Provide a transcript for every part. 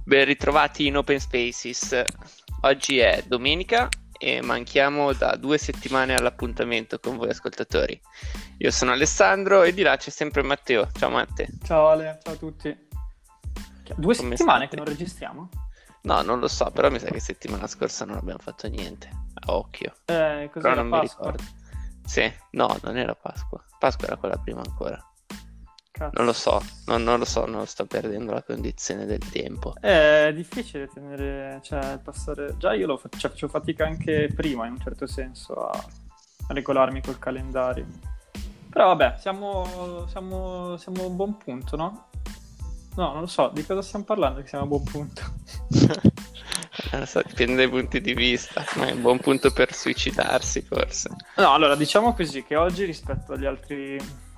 Ben ritrovati in Open Spaces. Oggi è domenica e manchiamo da 2 settimane all'appuntamento con voi ascoltatori. Io sono Alessandro e di là c'è sempre Matteo. Ciao Matte. Ciao Ale, ciao a tutti. 2 Come settimane state? che non registriamo? No, non lo so, però mi sa che settimana scorsa non abbiamo fatto niente. A occhio. Cos'era Però non mi Pasqua? ricordo. Sì, no, non era Pasqua. Pasqua era quella prima ancora. Cazzo. Non lo so, non lo so, non sto perdendo la condizione del tempo. È difficile tenere, cioè passare. Già io facevo fatica anche prima, in un certo senso, a regolarmi col calendario. Però vabbè, siamo a un buon punto, no? No, non lo so, di cosa stiamo parlando che siamo a buon punto? Non lo so, dipende dai punti di vista, ma è un buon punto per suicidarsi forse. No, allora, diciamo così, che oggi rispetto agli altri...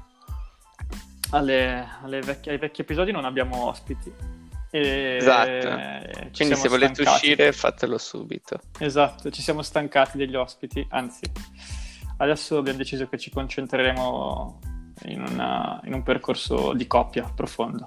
ai vecchi episodi non abbiamo ospiti. Esatto. Ci Quindi siamo se volete stancati. uscire fatelo subito. Esatto, ci siamo stancati degli ospiti, anzi, adesso abbiamo deciso che ci concentreremo in un percorso di coppia profondo.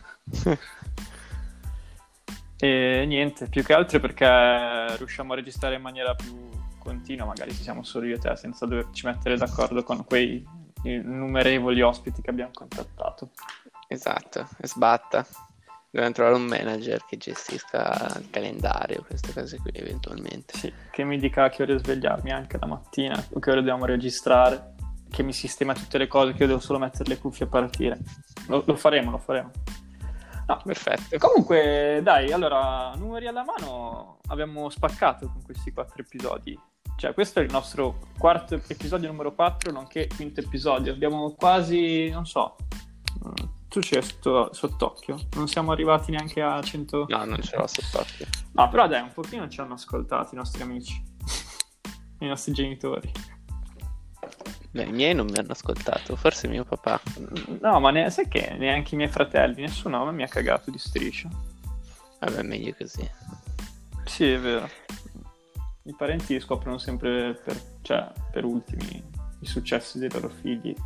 E niente, più che altro perché riusciamo a registrare in maniera più continua, magari se siamo solo io e te, senza doverci mettere d'accordo con quei innumerevoli ospiti che abbiamo contattato. Esatto, e sbatta. Dobbiamo trovare un manager che gestisca il calendario, queste cose qui eventualmente. Sì, che mi dica a che ore svegliarmi anche la mattina, o che ore dobbiamo registrare, che mi sistema tutte le cose, che io devo solo mettere le cuffie a partire. Lo faremo. No, Perfetto. comunque, dai, allora, numeri alla mano, abbiamo spaccato con questi 4 episodi. Cioè, questo è il nostro quarto episodio, numero 4, nonché quinto episodio. Abbiamo quasi, non so, tu c'è sott'occhio. Non siamo arrivati neanche a 100... No, non ce l'ho sott'occhio. No, però dai, un pochino ci hanno ascoltato i nostri amici, i nostri genitori. Beh, i miei non mi hanno ascoltato, forse mio papà. No, ma sai che neanche i miei fratelli, nessuno a me mi ha cagato di striscia. Vabbè, meglio così. Sì, è vero. I parenti scoprono sempre per ultimi i successi dei loro figli.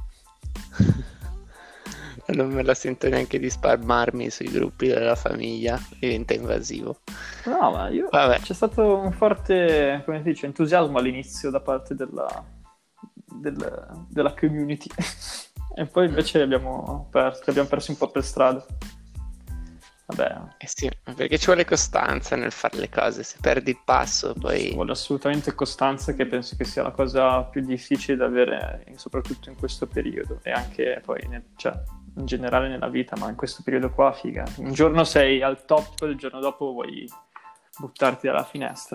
Non me la sento neanche di spalmarmi sui gruppi della famiglia, diventa invasivo. No, ma Vabbè. c'è stato un forte, come si dice, entusiasmo all'inizio da parte della community. E poi invece abbiamo perso un po' per strada. Vabbè, Eh sì, perché ci vuole costanza nel fare le cose, se perdi il passo poi... ci vuole assolutamente costanza, che penso che sia la cosa più difficile da avere, soprattutto in questo periodo, e anche poi in generale nella vita, ma in questo periodo qua, figa. Un giorno sei al top, il giorno dopo vuoi buttarti dalla finestra.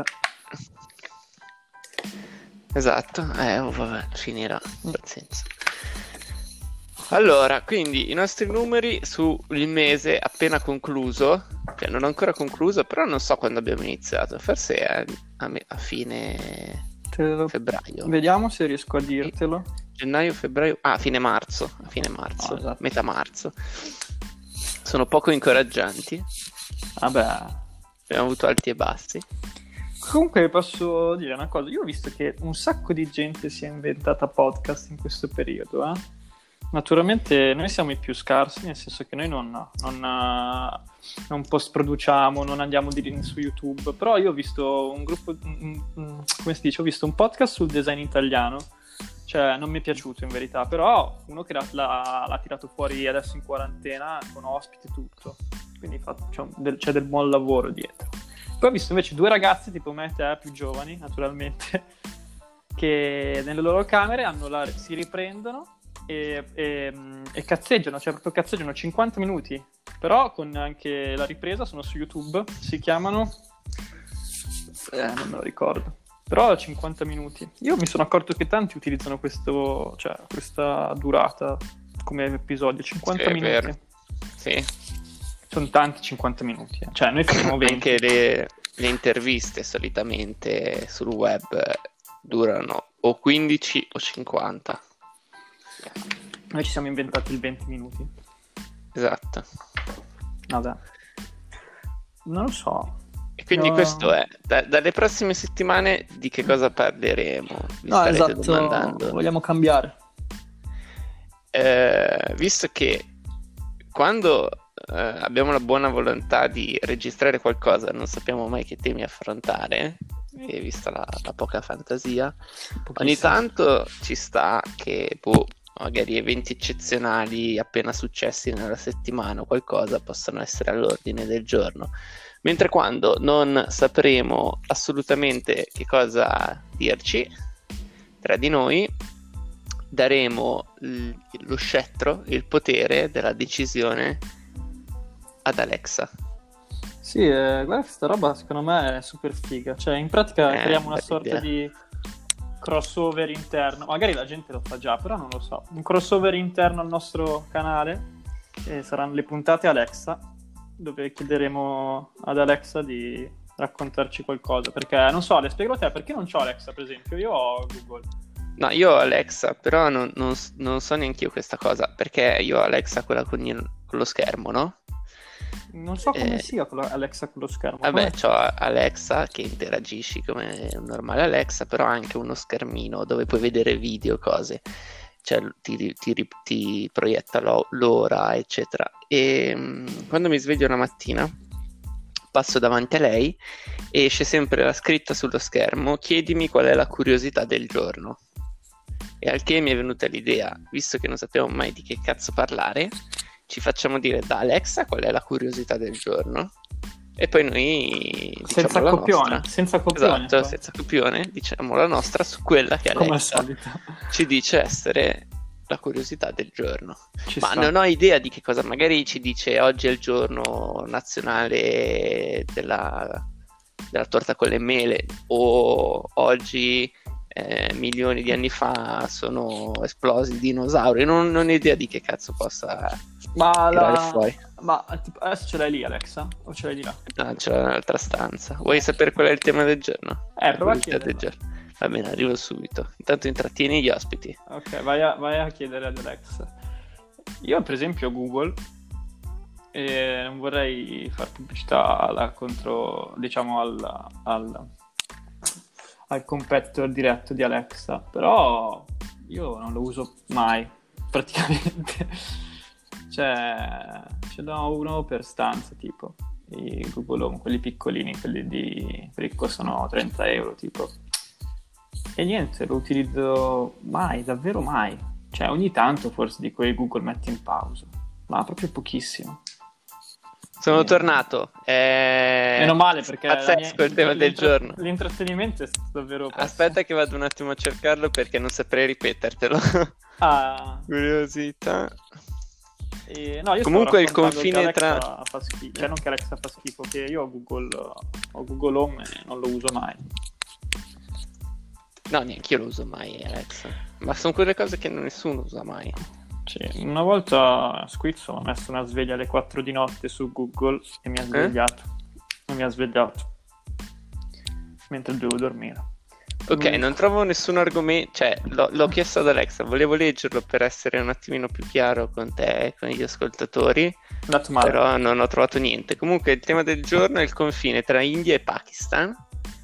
Esatto, vabbè, finirà, pazienza. Allora, quindi i nostri numeri sul mese appena concluso, cioè non ancora concluso, però non so quando abbiamo iniziato, forse è a fine febbraio. Vediamo se riesco a dirtelo. Gennaio, febbraio, fine marzo, Oh, esatto. metà marzo. Sono poco incoraggianti, Vabbè. abbiamo avuto alti e bassi. Comunque posso dire una cosa, io ho visto che un sacco di gente si è inventata podcast in questo periodo, Naturalmente noi siamo i più scarsi, nel senso che noi non post-produciamo, non andiamo su YouTube, però io ho visto un gruppo, come si dice, ho visto un podcast sul design italiano, cioè non mi è piaciuto in verità, però uno che l'ha tirato fuori adesso in quarantena con ospiti e tutto, quindi c'è del buon lavoro dietro. Poi ho visto invece 2 ragazzi tipo me e te, più giovani naturalmente, che nelle loro camere si riprendono e cazzeggiano, cioè proprio cazzeggiano 50 minuti, però con anche la ripresa, sono su YouTube, si chiamano non me lo ricordo, però 50 minuti. Io mi sono accorto che tanti utilizzano questa durata come episodio, 50 Sì, è minuti. vero. Sì. Sono tanti 50 minuti. Cioè noi facciamo 20. Anche le interviste solitamente sul web durano o 15 o 50. Noi ci siamo inventati il 20 minuti. Esatto. Vabbè. Non lo so. E quindi No. questo è, dalle prossime settimane di che cosa parleremo? Vi No, starete esatto. domandando. Vogliamo cambiare. Visto che quando abbiamo la buona volontà di registrare qualcosa, non sappiamo mai che temi affrontare, e vista la poca fantasia, ogni tanto ci sta che magari eventi eccezionali appena successi nella settimana o qualcosa possano essere all'ordine del giorno, mentre quando non sapremo assolutamente che cosa dirci tra di noi, daremo lo scettro, il potere della decisione ad Alexa. Sì, guarda, questa roba secondo me è super figa. Cioè, in pratica creiamo una sorta di crossover interno. Magari la gente lo fa già, però non lo so. Un crossover interno al nostro canale. Saranno le puntate Alexa, dove chiederemo ad Alexa di raccontarci qualcosa. Perché, non so, le spiego a te, perché non c'ho Alexa, per esempio? Io ho Google. No, io ho Alexa, però non so neanche io questa cosa, perché io ho Alexa quella con lo schermo, no? Non so come sia con Alexa con lo schermo. Vabbè, c'ho Alexa che interagisci come un normale Alexa, però ha anche uno schermino dove puoi vedere video, cose. Cioè ti proietta l'ora, eccetera. E quando mi sveglio la mattina, passo davanti a lei e esce sempre la scritta sullo schermo: chiedimi qual è la curiosità del giorno. E al che mi è venuta l'idea, visto che non sappiamo mai di che cazzo parlare, ci facciamo dire da Alexa qual è la curiosità del giorno, e poi noi diciamo senza la copione, nostra. senza copione. Esatto, senza copione, diciamo la nostra su quella che Alexa ci dice essere la curiosità del giorno. Ma non ho idea di che cosa, magari ci dice oggi è il giorno nazionale della torta con le mele, o oggi milioni di anni fa sono esplosi i dinosauri. Non ho idea di che cazzo possa tirare fuori. Ma tipo, adesso ce l'hai lì Alexa? O ce l'hai di là? No, c'è un'altra stanza. Vuoi sapere qual è il tema del giorno? Prova a chiederlo. Va bene, arrivo subito. Intanto intrattieni gli ospiti. Ok, vai a chiedere ad Alexa. Io per esempio ho Google e non vorrei fare pubblicità diciamo al competitor diretto di Alexa, però io non lo uso mai praticamente. Cioè, ce n'ho uno per stanza, tipo i Google Home, quelli piccolini, quelli che costano 30 euro tipo, e niente, lo utilizzo mai, davvero mai. Cioè, ogni tanto forse di quei Google metti in pausa, ma proprio pochissimo. Sono tornato. Meno male, perché pazzesco il tema del giorno. L'intrattenimento è stato davvero pessimo. Aspetta che vado un attimo a cercarlo, perché non saprei ripetertelo. Curiosità. No, io comunque il confine tra fa schifo. Cioè, non che Alexa fa schifo, che io ho Google Home e non lo uso mai. No, neanche io lo uso mai Alexa, ma sono quelle cose che nessuno usa mai. Sì, una volta Squizzo mi ha messo una sveglia alle 4 di notte su Google e mi ha svegliato. Non mi ha svegliato mentre dovevo dormire. Ok, non trovo nessun argomento. Cioè, l'ho chiesto ad Alexa, volevo leggerlo per essere un attimino più chiaro con te e con gli ascoltatori, però non ho trovato niente. Comunque il tema del giorno è il confine tra India e Pakistan.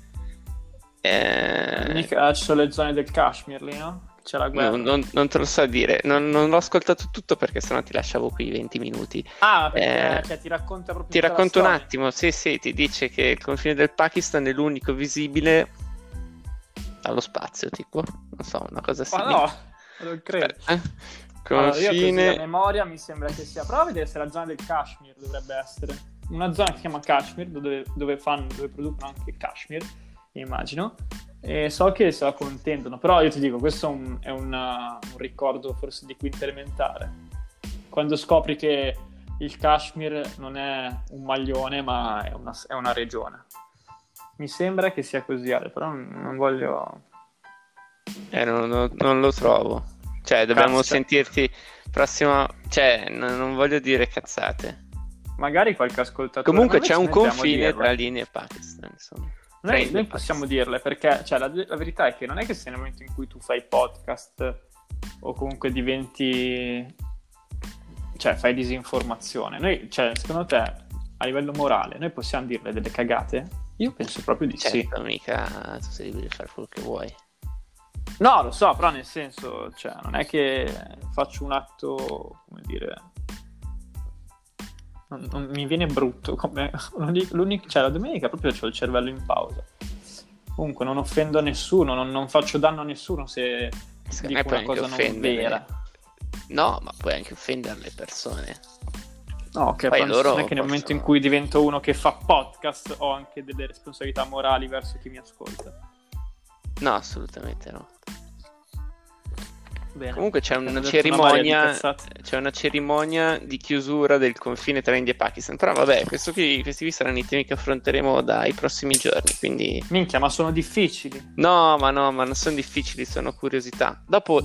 Mica ci sono le zone del Kashmir lì, no? C'è la guerra. Non te lo so dire, non l'ho ascoltato tutto, perché sennò ti lasciavo qui 20 minuti. Perché cioè, ti racconta proprio. Ti racconto un attimo, sì, ti dice che il confine del Pakistan è l'unico visibile allo spazio, tipo, non so, una cosa simile. Ma no, non credo. Confine... io così a memoria mi sembra che sia. Prova a vedere se la zona del Kashmir dovrebbe essere una zona che si chiama Kashmir, dove producono anche Kashmir, immagino. E so che se la contendono, però io ti dico, questo è un ricordo forse di quinta elementare, quando scopri che il Kashmir non è un maglione ma è una regione. Mi sembra che sia così, però non voglio non lo trovo, cioè dobbiamo sentirti prossima, cioè non voglio dire cazzate, magari qualche ascoltatore. Comunque c'è un confine tra l'India e Pakistan, insomma. Noi possiamo dirle, perché cioè, la verità è che non è che se nel momento in cui tu fai podcast o comunque diventi, cioè fai disinformazione, noi, cioè, secondo te a livello morale noi possiamo dirle delle cagate? Io penso proprio di sì. Mica tu sei libero di fare quello che vuoi. No, lo so, però nel senso, cioè, non è che faccio un atto, come dire, non mi viene brutto. Cioè, la domenica proprio c'ho il cervello in pausa. Comunque non offendo nessuno, non faccio danno a nessuno se dico una cosa non vera. No, ma puoi anche offendere le persone. No, che poi loro non è che nel momento in cui divento uno che fa podcast ho anche delle responsabilità morali verso chi mi ascolta. No, assolutamente no. Bene. Comunque c'è una cerimonia di chiusura del confine tra India e Pakistan. Però vabbè, questi qui saranno i temi che affronteremo dai prossimi giorni, quindi... Minchia, ma sono difficili. No, ma non sono difficili, sono curiosità. Dopo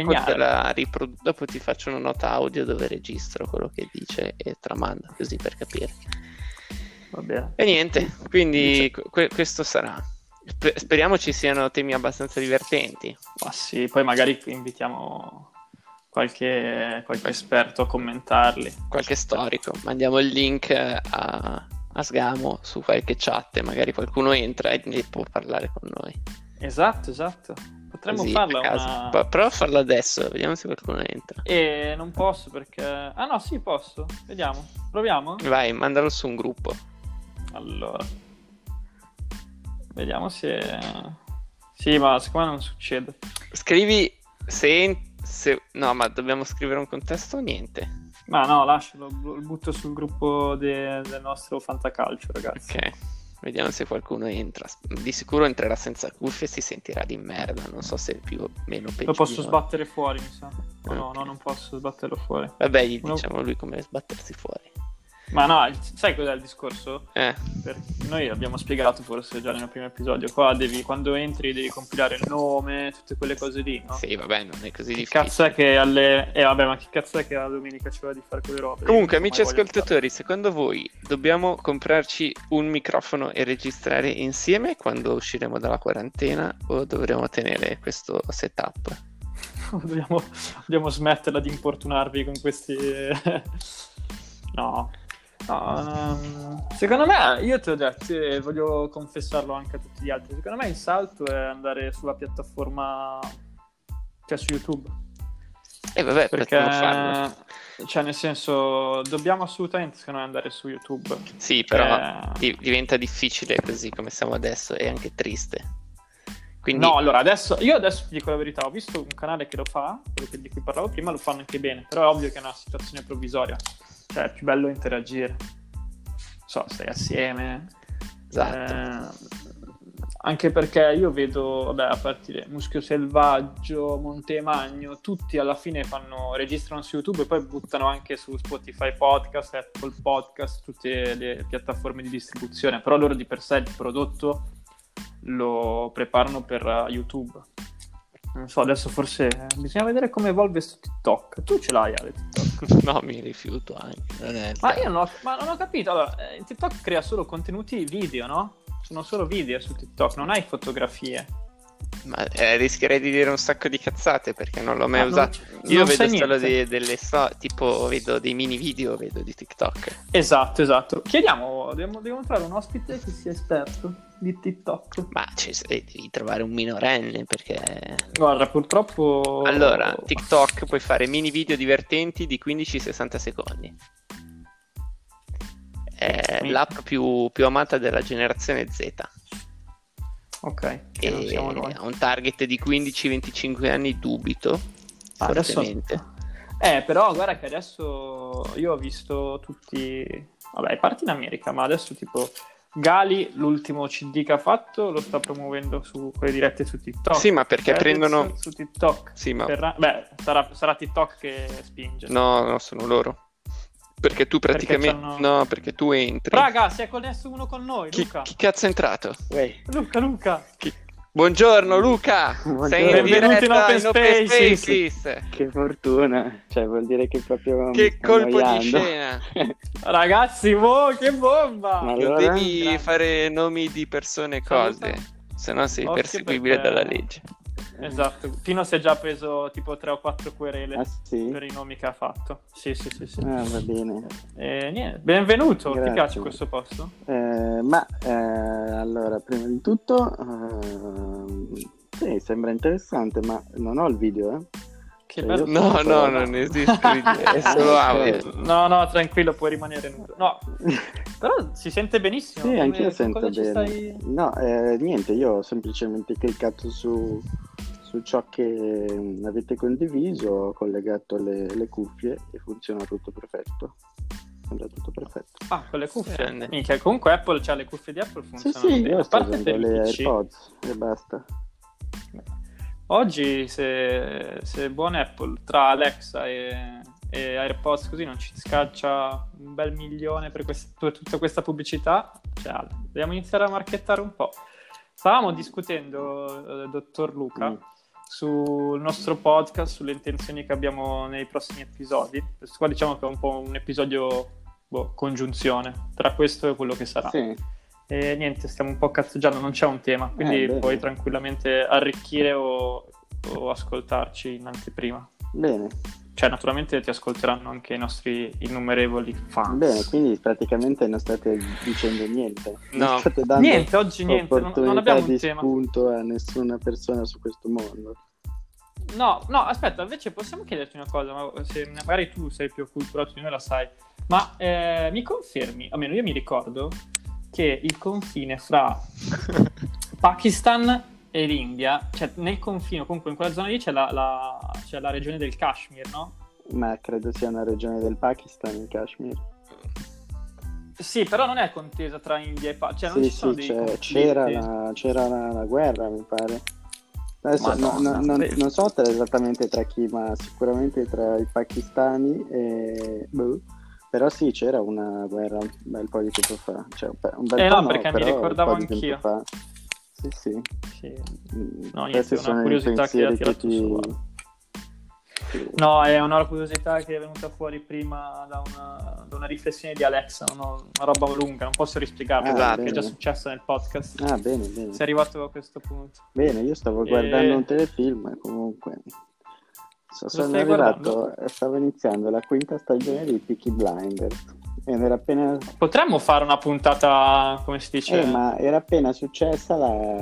ti faccio una nota audio dove registro quello che dice e tramando, così per capire. Va bene. E niente, quindi questo sarà. Speriamo ci siano temi abbastanza divertenti. Ma sì, poi magari invitiamo qualche esperto a commentarli. Qualche storico. Mandiamo il link a Sgamo su qualche chat e magari qualcuno entra e può parlare con noi. Esatto. Potremmo farla una... Prova a farlo adesso, vediamo se qualcuno entra. E non posso perché... Ah no, sì, posso. Vediamo. Proviamo? Vai, mandalo su un gruppo. Allora... Vediamo se... Sì, ma secondo me non succede. Scrivi se... No, ma dobbiamo scrivere un contesto o niente? Ma no, lascialo, lo butto sul gruppo del nostro Fantacalcio, ragazzi. Ok, vediamo se qualcuno entra. Di sicuro entrerà senza cuffie e si sentirà di merda. Non so se è più o meno peggio. Lo posso sbattere fuori, mi sa. Okay. No, non posso sbatterlo fuori. Vabbè, diciamo a lui come sbattersi fuori. Ma no, sai cos'è il discorso? Perché noi abbiamo spiegato forse già nel primo episodio. Qua quando entri devi compilare il nome, tutte quelle cose lì, no? Sì, vabbè, non è così difficile. Cazzo è che vabbè, ma che cazzo è che la domenica c'era di fare quelle robe? Comunque, amici ascoltatori, secondo voi dobbiamo comprarci un microfono e registrare insieme quando usciremo dalla quarantena o dovremo tenere questo setup? Dobbiamo smetterla di importunarvi con questi... No, secondo me, io te l'ho detto e voglio confessarlo anche a tutti gli altri, secondo me il salto è andare sulla piattaforma, cioè su YouTube. Vabbè, perché farlo. Cioè nel senso dobbiamo assolutamente secondo me andare su YouTube. Sì, però diventa difficile così come siamo adesso e anche triste. Quindi... No, allora io adesso ti dico la verità, ho visto un canale che lo fa, quello di cui parlavo prima, lo fanno anche bene, però è ovvio che è una situazione provvisoria. Cioè, è più bello interagire. Stai assieme. Esatto. Anche perché io vedo, vabbè, a partire Muschio Selvaggio, Montemagno, tutti alla fine registrano su YouTube e poi buttano anche su Spotify Podcast, Apple Podcast, tutte le piattaforme di distribuzione. Però loro di per sé il prodotto lo preparano per YouTube. Non so, adesso forse bisogna vedere come evolve su TikTok. Tu ce l'hai, Ale, TikTok? No, mi rifiuto anche. Ma io non ho capito. Allora, TikTok crea solo contenuti video, no? Sono solo video su TikTok, non hai fotografie. Ma rischierei di dire un sacco di cazzate perché non l'ho mai usato. Io vedo solo tipo vedo dei mini video, vedo di TikTok. Esatto. Chiediamo, dobbiamo trovare un ospite che sia esperto di TikTok. Ma devi trovare un minorenne perché... Guarda, purtroppo... Allora, TikTok puoi fare mini video divertenti di 15-60 secondi. È l'app più amata della generazione Z. Ok. E ha un target di 15-25 anni, dubito. Fortemente. Però guarda che adesso io ho visto tutti... Vabbè, parti in America, ma adesso tipo... Gali, l'ultimo CD che ha fatto, lo sta promuovendo su quelle dirette su TikTok. Sì, ma perché prendono... Su TikTok. Sì, ma... sarà TikTok che spinge. No, sono loro. Perché tu praticamente... No, perché tu entri. Raga, si è connesso uno con noi, Luca. Chi cazzo è entrato? Luca. Buongiorno Luca. Sei in Benvenuto diretta in Open Spaces. Che fortuna, cioè vuol dire che proprio... Che colpo di scena. Ragazzi, che bomba. Ma non devi fare nomi di persone e cose, se no sei perseguibile dalla legge. Esatto, Pino si è già preso tipo 3 o 4 querele sì? per i nomi che ha fatto. Sì. Va bene. Niente, benvenuto. Grazie. Ti piace questo posto? Allora, prima di tutto sì, sembra interessante, ma non ho il video, Che Cioè, bello. io No, sono- non esiste, è solo audio. No, tranquillo, puoi rimanere nudo. No, però si sente benissimo. Sì, anch'io Su sento cosa ci bene. stai... No, niente, io ho semplicemente cliccato su ciò che avete condiviso, ho collegato le cuffie e funziona tutto perfetto. Sembra tutto perfetto. Ah, con le cuffie. Grande. Minchia, comunque Apple, cioè le cuffie di Apple Sì, funzionano sì, bene. io A sto parte per usando il le PC. AirPods e basta. Oggi se buon Apple tra Alexa e AirPods così non ci scaccia un bel milione per tutta questa pubblicità, cioè, dobbiamo iniziare a marchettare un po'. Stavamo discutendo, dottor Luca, Mm. sul nostro podcast, sulle intenzioni che abbiamo nei prossimi episodi. Questo qua diciamo che è un po' un episodio congiunzione tra questo e quello che sarà. Sì, E niente, stiamo un po' cazzeggiando, non c'è un tema, quindi bene. puoi tranquillamente arricchire o ascoltarci in anteprima. bene. Cioè, naturalmente ti ascolteranno anche i nostri innumerevoli fans. Bene, quindi praticamente non state dicendo niente. No. Non state dando Niente, oggi niente, non opportunità abbiamo un di tema. spunto a nessuna persona su questo mondo. No, aspetta, invece possiamo chiederti una cosa, ma se magari tu sei più acculturato di noi, la sai, ma mi confermi, almeno io mi ricordo, che il confine fra Pakistan e l'India, cioè nel confine, comunque in quella zona lì c'è la regione del Kashmir, no? Ma credo sia una regione del Pakistan, il Kashmir. Sì, però non è contesa tra India e Pakistan, cioè non Sì, ci sono sì, dei c'era conflitti. c'era la guerra, mi pare. Adesso Madonna, non so esattamente tra chi, ma sicuramente tra i pakistani e... Però sì, c'era una guerra un bel po' di tempo fa. Cioè, un bel po' no, no, perché mi però ricordavo un po' di tempo anch'io. fa. Sì, sì. Sì. No, niente, Questi è una sono i curiosità che ha pensieri tirato su. sì. No, è una curiosità che è venuta fuori prima da una riflessione di Alexa, una roba lunga, non posso rispiegarla, Esatto. perché è già successo nel podcast. Ah, bene, bene. Sei arrivato a questo punto. Bene, io stavo guardando un telefilm comunque. Sono stai arrivato, stavo iniziando la quinta stagione di Peaky Blinders ed era appena... Potremmo fare una puntata, come si dice? ma era appena successa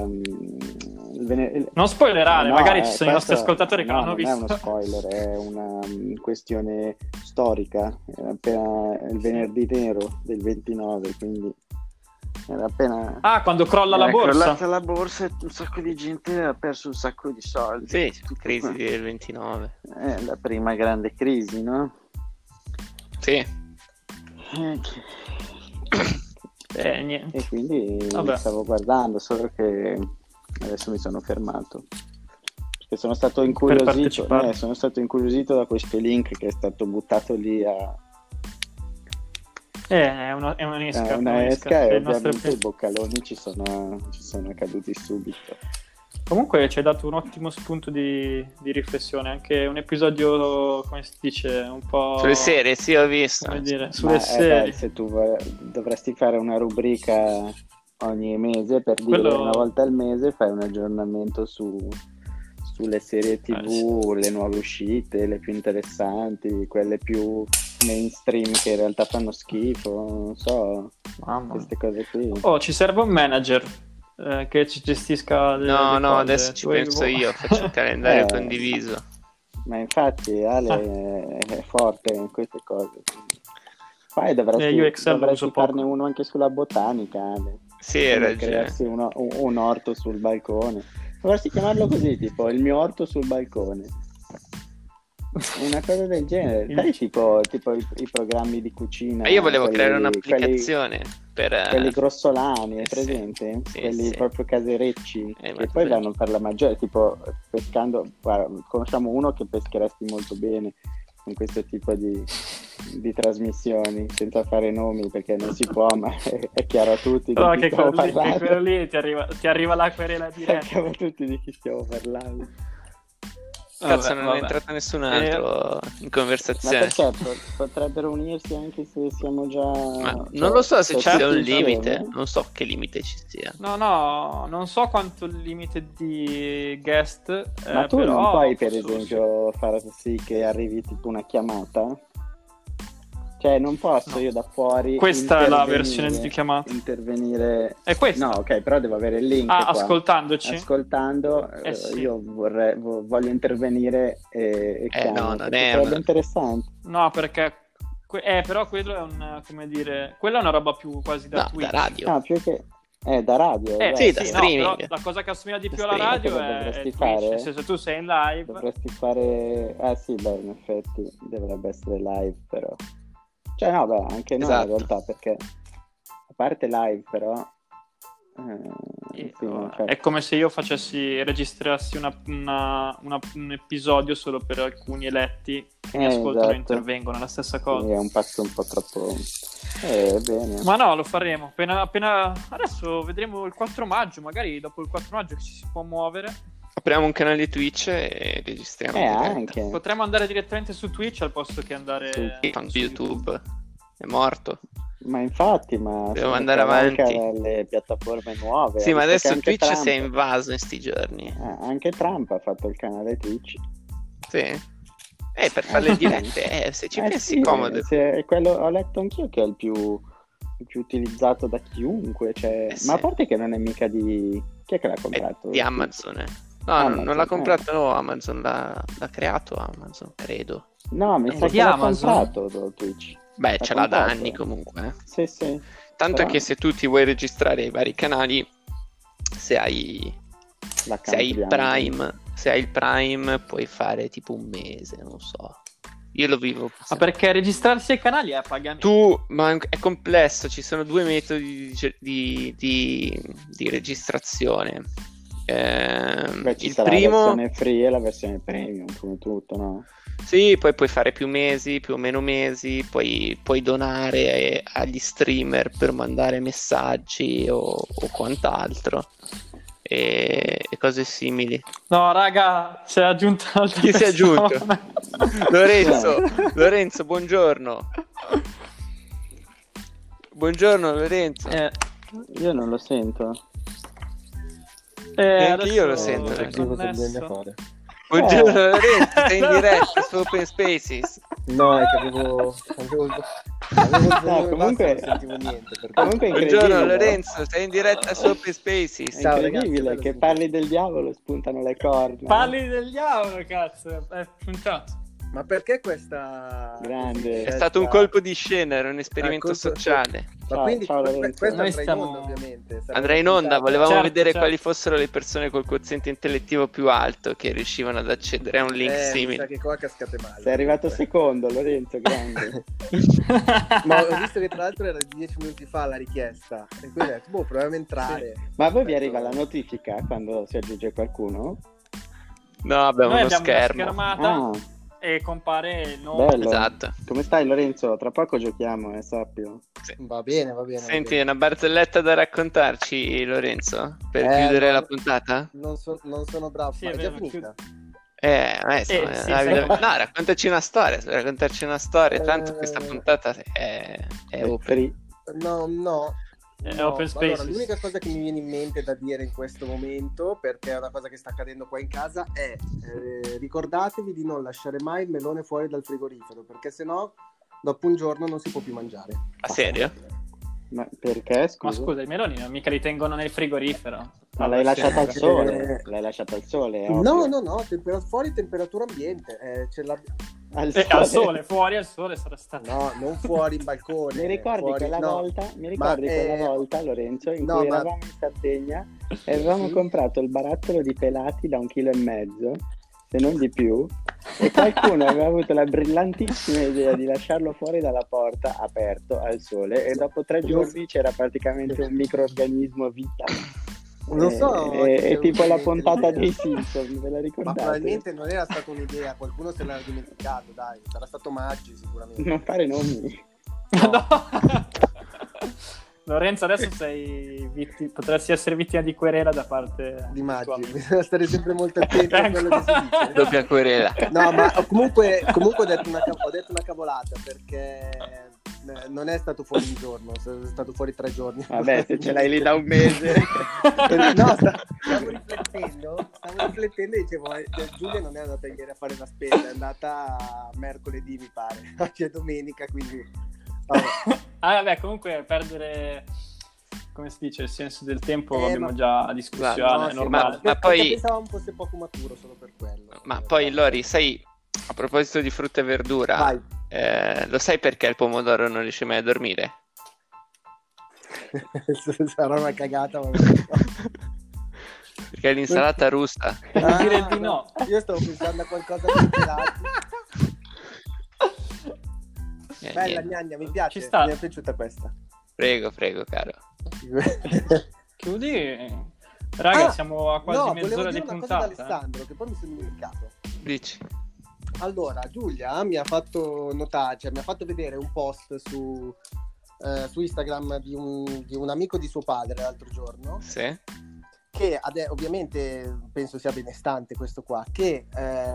Non spoilerare, No, magari ci sono i nostri questo- ascoltatori che no, non hanno non è visto. uno spoiler, è una questione storica. Era appena il venerdì nero del 29, quindi era appena... Ah, quando crolla la borsa. crollata la borsa e un sacco di gente ha perso un sacco di soldi. Sì, Tutto crisi qua. del 29. È la prima grande crisi, no? Sì. Niente. E quindi Vabbè. stavo guardando, solo che adesso mi sono fermato. Perché sono stato incuriosito, partecipare. sono stato incuriosito da questo link che è stato buttato lì a È un'esca. una esca e Il nostro- ovviamente i boccaloni ci sono caduti subito. Comunque ci hai dato un ottimo spunto di riflessione, anche un episodio, come si dice, un po'... Sulle serie, sì, ho visto. come dire, sulle Ma serie. se tu dovresti fare una rubrica ogni mese per dire Quello- una volta al mese fai un aggiornamento sulle serie TV, le nuove uscite, le più interessanti, quelle più mainstream che in realtà fanno schifo, non so, Mamma. queste cose qui. Oh, ci serve un manager che ci gestisca le No, cose. adesso ci Tu hai- penso io, faccio il calendario Eh. condiviso. Ma infatti Ale è forte in queste cose. Poi io Excel lo dovresti uso poco. farne uno anche sulla botanica, Ale. Sì, hai Come ragione. crearsi un orto sul balcone. Dovresti chiamarlo così, tipo il mio orto sul balcone. Una cosa del genere. Sai, tipo i programmi di cucina. Io volevo quelli- creare un'applicazizione per... quelli grossolani, hai sì, presente? sì, Quelli sì. proprio caserecci, Ma che tu poi pensi- vanno per la maggiore, tipo pescando, guarda, conosciamo uno che pescheresti molto bene con questo tipo di trasmissioni, senza fare nomi perché non si può, ma è chiaro a tutti di Però chi che stiamo quello lì, parlando. che quello lì ti arriva la querela diretta. Sappiamo tutti di chi stiamo parlando. Cazzo, non Vabbè. è entrato nessun altro in Ma conversazione. perché potrebbero unirsi anche se siamo già... Ma cioè, non lo so se ci tutti sia un insieme? limite, non so che limite ci sia. No, non so quanto il limite di guest, Ma tu però non puoi, per posso- esempio, far sì che arrivi tipo una chiamata? Cioè, non posso No. io da fuori Questa è la intervenire- versione di chiamata. Intervenire... È questa? No, ok, però devo avere il link Ah, qua. Ascoltandoci? Ascoltando, Sì. io voglio intervenire e chiamo, no, non perché è sarebbe una- interessante. No, perché... però quello è un... come dire... Quella è una roba più quasi da No, Twitch. da radio. No, più che... da radio. sì, esatto. da no, streaming. però la cosa che assomiglia di Da più alla streaming. radio Cosa è dovresti Twitch, fare? nel senso tu sei in live. Dovresti fare... Ah sì, beh, in effetti dovrebbe essere live, però. Cioè no, beh, anche no, Esatto. in realtà, perché a parte live, però... sì, no, certo. È come se io registrassi un episodio solo per alcuni eletti che mi ascoltano esatto. e intervengono, è la stessa Quindi cosa. è un passo un po' troppo... bene. Ma no, lo faremo. Appena... Adesso vedremo il 4 maggio, magari dopo il 4 maggio che ci si può muovere. Apriamo un canale Twitch e registriamo in diretta. Anche. Potremmo andare direttamente su Twitch al posto che andare Su YouTube. È morto. Ma infatti, ma Devo se andare cavalca avanti. dalle piattaforme nuove. Sì, ma visto che adesso anche Twitch Trump- si è invaso in sti giorni. anche Trump ha fatto il canale Twitch. Sì. Per fare le dirette, se ci pensi sì, comodo. Quello, ho letto anch'io che è il più utilizzato da chiunque. Cioè... sì. Ma a parte che non è mica di... Chi è che l'ha comprato? Di Amazon. No, Amazon, non l'ha comprato no, Amazon, l'ha creato Amazon, credo. No, mi sa di che l'ha Amazon? comprato Twitch. Beh, ce l'ha da comprato. anni comunque. Sì, sì. Tanto Però- che se tu ti vuoi registrare ai vari canali, se hai il Prime, puoi fare tipo un mese, non so. Io lo vivo. Ma perché registrarsi ai canali è a pagamento? Ma è complesso, ci sono due metodi di registrazione. Beh, ci Il sarà primo, la versione free e la versione premium, come tutto, no? sì, poi puoi fare più mesi, più o meno mesi, poi puoi donare agli streamer per mandare messaggi o quant'altro e cose simili. No, raga, si è aggiunta un'altra Chi si è aggiunto? persona. Lorenzo, buongiorno. Buongiorno Lorenzo. Io non lo sento. Anche io lo adesso sento, è perché cosa bisogna connesso. fare? Buongiorno Lorenzo, sei in diretta su Open Spaces. No, è che avevo il volume comunque- basso, non sentivo niente. Per Comunque è Buongiorno incredibile. Lorenzo, sei in diretta su Open È Spaces. Ciao, incredibile ragazzi, che parli del diavolo e spuntano le corna. Parli del diavolo, cazzo, è puntato. Ma perché questa... Grande. È stato un colpo di scena, era un esperimento colpo- sociale. Ma Ciao, quindi ciao, Lorenzo. questo Noi andrà in stiamo- onda, ovviamente. Sarà Andrà in onda, puntata. volevamo Certo, vedere certo. quali fossero le persone col quoziente intellettivo più alto che riuscivano ad accedere a un link Mi sa simile. che qua cascate male. Sei arrivato secondo, Lorenzo, grande. Ma ho visto che tra l'altro era di 10 minuti fa la richiesta. E quindi ho detto, proviamo a entrare. Ma a voi vi arriva la notifica quando si aggiunge qualcuno? No, abbiamo Noi uno abbiamo schermo. una schermata Ah, e compare il nome. bello. Esatto. Come stai, Lorenzo? Tra poco giochiamo, sappio. Va bene, va bene. va Senti, bene. una barzelletta da raccontarci, Lorenzo, per Eh, chiudere no. la puntata? Non sono bravo, Sì, ma è è già vero, finita. Insomma, sì, no, sì. raccontaci una storia, raccontarci una storia, tanto questa puntata è open. Free. No. È no. Open Spaces. Allora, l'unica cosa che mi viene in mente da dire in questo momento, perché è una cosa che sta accadendo qua in casa, è ricordatevi di non lasciare mai il melone fuori dal frigorifero, perché sennò dopo un giorno non si può più mangiare. A serio? Ma perché, Ma scusa? scusa, i meloni non mica li tengono nel frigorifero. Ma l'hai lasciata al sì. sole? L'hai lasciata al sole? è No, ovvio. fuori temperatura ambiente. C'è la... Al sole, fuori al sole sarà stato. No, non fuori in balcone. Mi ricordi fuori... quella no. volta? Mi ricordi quella volta, Lorenzo, in no, cui ma- eravamo in Sardegna e avevamo Sì. comprato il barattolo di pelati da 1,5 kg, se non di più, e qualcuno aveva avuto la brillantissima idea di lasciarlo fuori dalla porta aperto al sole e dopo 3 giorni c'era praticamente un microrganismo vita. Non so. È tipo la sinceramente, puntata l'idea. dei Simpson, ve la Ma ricordate? probabilmente non era stata un'idea, qualcuno se l'era dimenticato, dai. Sarà stato Maggi sicuramente. Non fare nomi. No. Lorenzo, adesso potresti essere vittima di querela da parte Di tuo Maggi, amico. bisogna stare sempre molto attenti a quello che si dice. Doppia querela. No, ma comunque ho detto una cavolata, perché non è stato fuori un giorno, è stato fuori 3 giorni. Vabbè, se ce l'hai lì da un mese. No, stavo riflettendo e dicevo, Giulia non è andata ieri a fare la spesa, è andata mercoledì mi pare, oggi è domenica, quindi Vabbè, comunque perdere, come si dice, il senso del tempo abbiamo già discusso, no, è normale. Ma poi pensavamo fosse poco maturo solo per quello. Ma poi Lori, sai, a proposito di frutta e verdura, Vai. Lo sai perché il pomodoro non riesce mai a dormire? Sarà una cagata, ma Perché l'insalata russa. Devi dire di no. Io stavo pensando a qualcosa di gelati. Bella Niente. gnagna, mi piace, Ci sta. mi è piaciuta questa. Prego, caro. Chiudi. Raga, siamo a quasi mezz'ora di una cosa puntata. ad Alessandro, che poi mi sono dimenticato. Dici? Allora, Giulia mi ha fatto notare, cioè mi ha fatto vedere un post su Instagram di un amico di suo padre l'altro giorno, Sì? che ovviamente penso sia benestante questo qua, che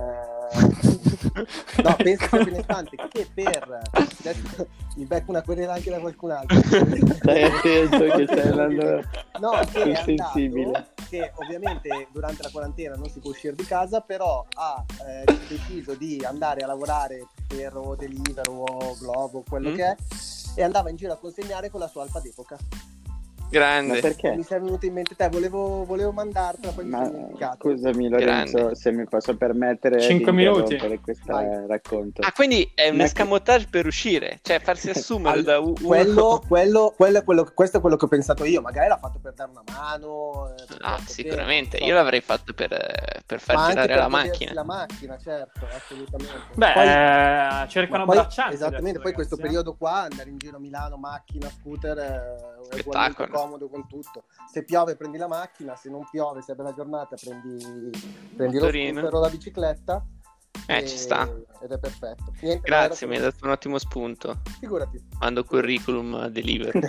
no, penso sia benestante, che adesso mi becco una querela anche da qualcun altro. Stai attento che stai andando No, che sul è sensibile. andato, che ovviamente durante la quarantena non si può uscire di casa, però ha deciso di andare a lavorare per o Deliveroo o Glovo, quello che è, e andava in giro a consegnare con la sua Alfa d'epoca. Ma Grande. perché? Mi sei venuto in mente te, volevo mandartela, poi mi sono Ma dimenticato. scusami Lorenzo, Grande. se mi posso permettere 5 di minuti. interrompere questo Vai. racconto. Ah, quindi è un Ma- escamotage per uscire, cioè farsi assumere da uno. Questo è quello che ho pensato io, magari l'ha fatto per dare una mano. Ah, sicuramente. so. Io l'avrei fatto per Ma far anche girare per la godersi macchina. la macchina, certo, assolutamente. Beh, Poi- cercano ma poi, braccianti. esattamente, adesso, poi questo ragazzi, periodo qua, andare in giro a Milano, macchina, scooter, è ugualmente Spettacolo. comodo con tutto. Se piove prendi la macchina, se non piove, se è bella giornata prendi lo Motorino. scooter o la bicicletta. Ci sta. Ed è perfetto. Niente, Grazie, ma mi hai era- dato un ottimo spunto. Figurati. Mando curriculum a Deliveroo.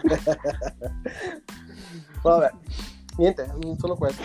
Vabbè, niente, solo questo.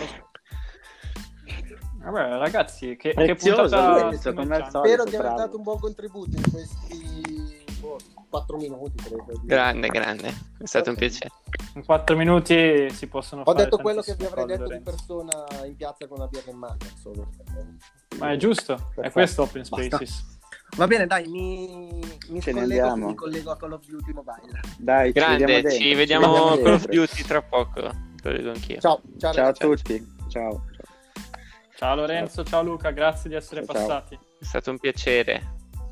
Vabbè, ragazzi, che Prezioso, puntata Lorenzo, stiamo come al iniziando? Spero solito, di aver bravo. dato un buon contributo in questi 4 minuti, credo. Grande, è stato un piacere. In 4 minuti si possono Ho fare detto quello che vi tantissime avrei cose, detto di Lorenzo. persona in piazza con una birra in mano, insomma. Ma è giusto, è Perfetto. questo Open Basta. Spaces. Va bene, dai, mi Ce ne scollego, andiamo. mi collego a Call of Duty Mobile. Dai, Grande, ci vediamo vediamo Call of dentro. Duty tra poco. Te lo dico anch'io. Ciao, Ciao a ragazzi. tutti. Ciao. Ciao Lorenzo, ciao Luca, grazie di essere Ciao. passati. È stato un piacere.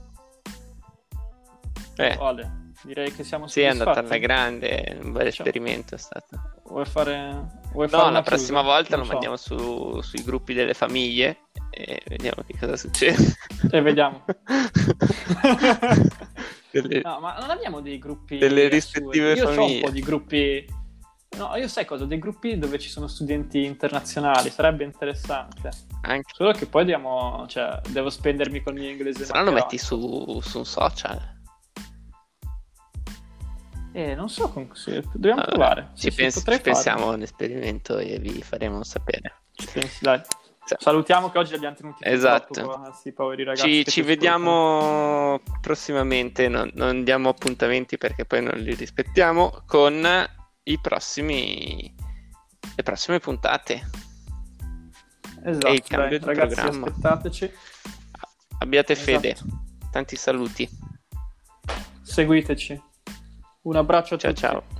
Ole, direi che siamo Sì, è andata alla soddisfatti. grande, un bel Ciao. esperimento è stato. Vuoi fare No, una la prossima chiusa? volta Non lo so. mandiamo sui gruppi delle famiglie e vediamo che cosa succede. E vediamo. Delle- No, ma non abbiamo dei gruppi Delle assurdi. rispettive Io so un famiglie. po' di gruppi. No, io sai cosa? Dei gruppi dove ci sono studenti internazionali, sarebbe interessante. Anche Solo che poi devo spendermi col mio inglese. se no lo maccherone. metti su un social. Non so, dobbiamo Vabbè, provare. Ci, Sì, pens- potrei ci pensiamo farlo. a un esperimento e vi faremo sapere. Ci pensi, dai. Sì. Salutiamo che oggi li abbiamo tenuti Esatto. troppo qua, sti poveri ragazzi. Ci che ascoltano. vediamo prossimamente, non diamo appuntamenti perché poi non li rispettiamo, con le prossime puntate. Esatto, e il cambio dai, di ragazzi, programma. aspettateci. Abbiate Esatto. fede. Tanti saluti. Seguiteci. Un abbraccio a Ciao tutti. ciao.